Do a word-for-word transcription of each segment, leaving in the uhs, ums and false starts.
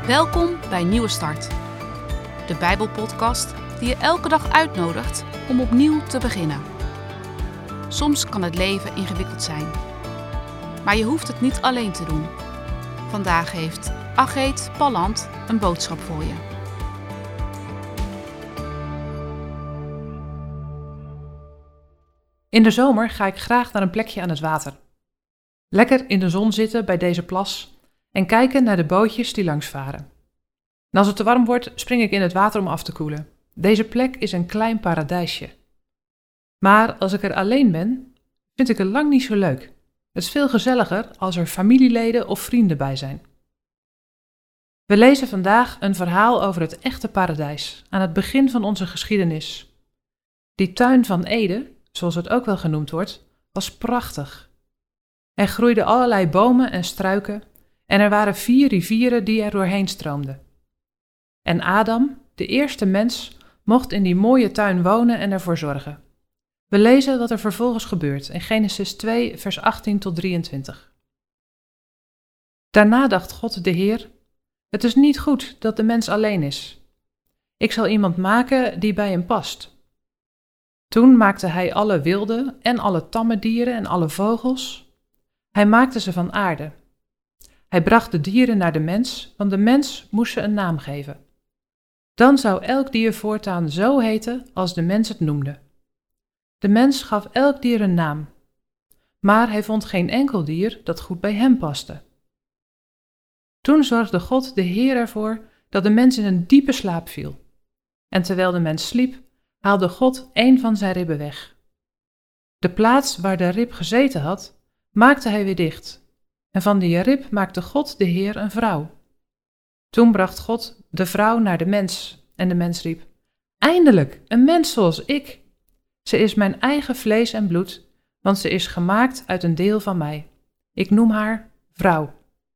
Welkom bij Nieuwe Start, de Bijbelpodcast die je elke dag uitnodigt om opnieuw te beginnen. Soms kan het leven ingewikkeld zijn, maar je hoeft het niet alleen te doen. Vandaag heeft Ageet Palland een boodschap voor je. In de zomer ga ik graag naar een plekje aan het water. Lekker in de zon zitten bij deze plas en kijken naar de bootjes die langs varen. En als het te warm wordt, spring ik in het water om af te koelen. Deze plek is een klein paradijsje. Maar als ik er alleen ben, vind ik het lang niet zo leuk. Het is veel gezelliger als er familieleden of vrienden bij zijn. We lezen vandaag een verhaal over het echte paradijs, aan het begin van onze geschiedenis. Die tuin van Eden, zoals het ook wel genoemd wordt, was prachtig. Er groeiden allerlei bomen en struiken en er waren vier rivieren die er doorheen stroomden. En Adam, de eerste mens, mocht in die mooie tuin wonen en ervoor zorgen. We lezen wat er vervolgens gebeurt in Genesis twee, vers achttien tot drieëntwintig. Daarna dacht God de Heer: het is niet goed dat de mens alleen is. Ik zal iemand maken die bij hem past. Toen maakte hij alle wilde en alle tamme dieren en alle vogels. Hij maakte ze van aarde. Hij bracht de dieren naar de mens, want de mens moest ze een naam geven. Dan zou elk dier voortaan zo heten als de mens het noemde. De mens gaf elk dier een naam, maar hij vond geen enkel dier dat goed bij hem paste. Toen zorgde God de Heer ervoor dat de mens in een diepe slaap viel. En terwijl de mens sliep, haalde God een van zijn ribben weg. De plaats waar de rib gezeten had, maakte hij weer dicht. En van die rib maakte God de Heer een vrouw. Toen bracht God de vrouw naar de mens en de mens riep: eindelijk, een mens zoals ik. Ze is mijn eigen vlees en bloed, want ze is gemaakt uit een deel van mij. Ik noem haar vrouw.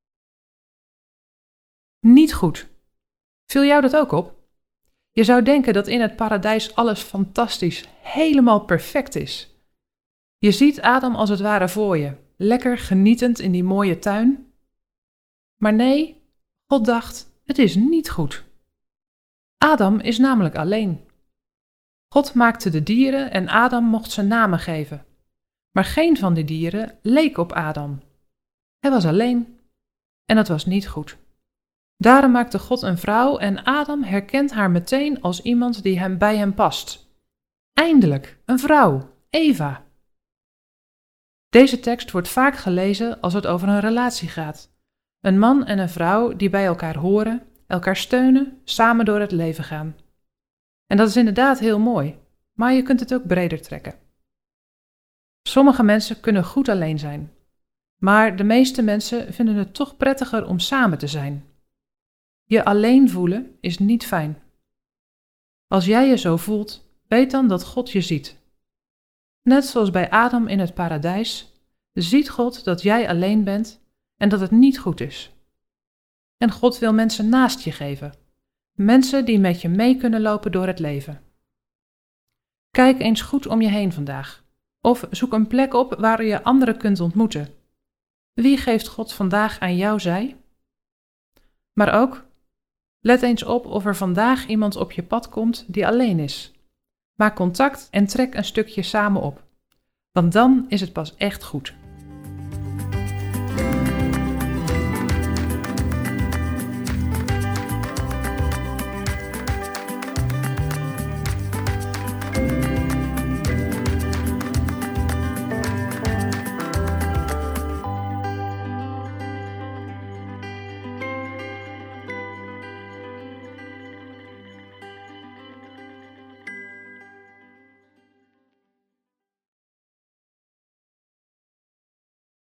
Niet goed. Viel jou dat ook op? Je zou denken dat in het paradijs alles fantastisch, helemaal perfect is. Je ziet Adam als het ware voor je, lekker genietend in die mooie tuin. Maar nee, God dacht, het is niet goed. Adam is namelijk alleen. God maakte de dieren en Adam mocht ze namen geven. Maar geen van die dieren leek op Adam. Hij was alleen. En dat was niet goed. Daarom maakte God een vrouw en Adam herkent haar meteen als iemand die hem bij hem past. Eindelijk, een vrouw, Eva. Deze tekst wordt vaak gelezen als het over een relatie gaat. Een man en een vrouw die bij elkaar horen, elkaar steunen, samen door het leven gaan. En dat is inderdaad heel mooi, maar je kunt het ook breder trekken. Sommige mensen kunnen goed alleen zijn, maar de meeste mensen vinden het toch prettiger om samen te zijn. Je alleen voelen is niet fijn. Als jij je zo voelt, weet dan dat God je ziet. Net zoals bij Adam in het paradijs, ziet God dat jij alleen bent en dat het niet goed is. En God wil mensen naast je geven. Mensen die met je mee kunnen lopen door het leven. Kijk eens goed om je heen vandaag. Of zoek een plek op waar je anderen kunt ontmoeten. Wie geeft God vandaag aan jou zij? Maar ook, let eens op of er vandaag iemand op je pad komt die alleen is. Maak contact en trek een stukje samen op. Want dan is het pas echt goed.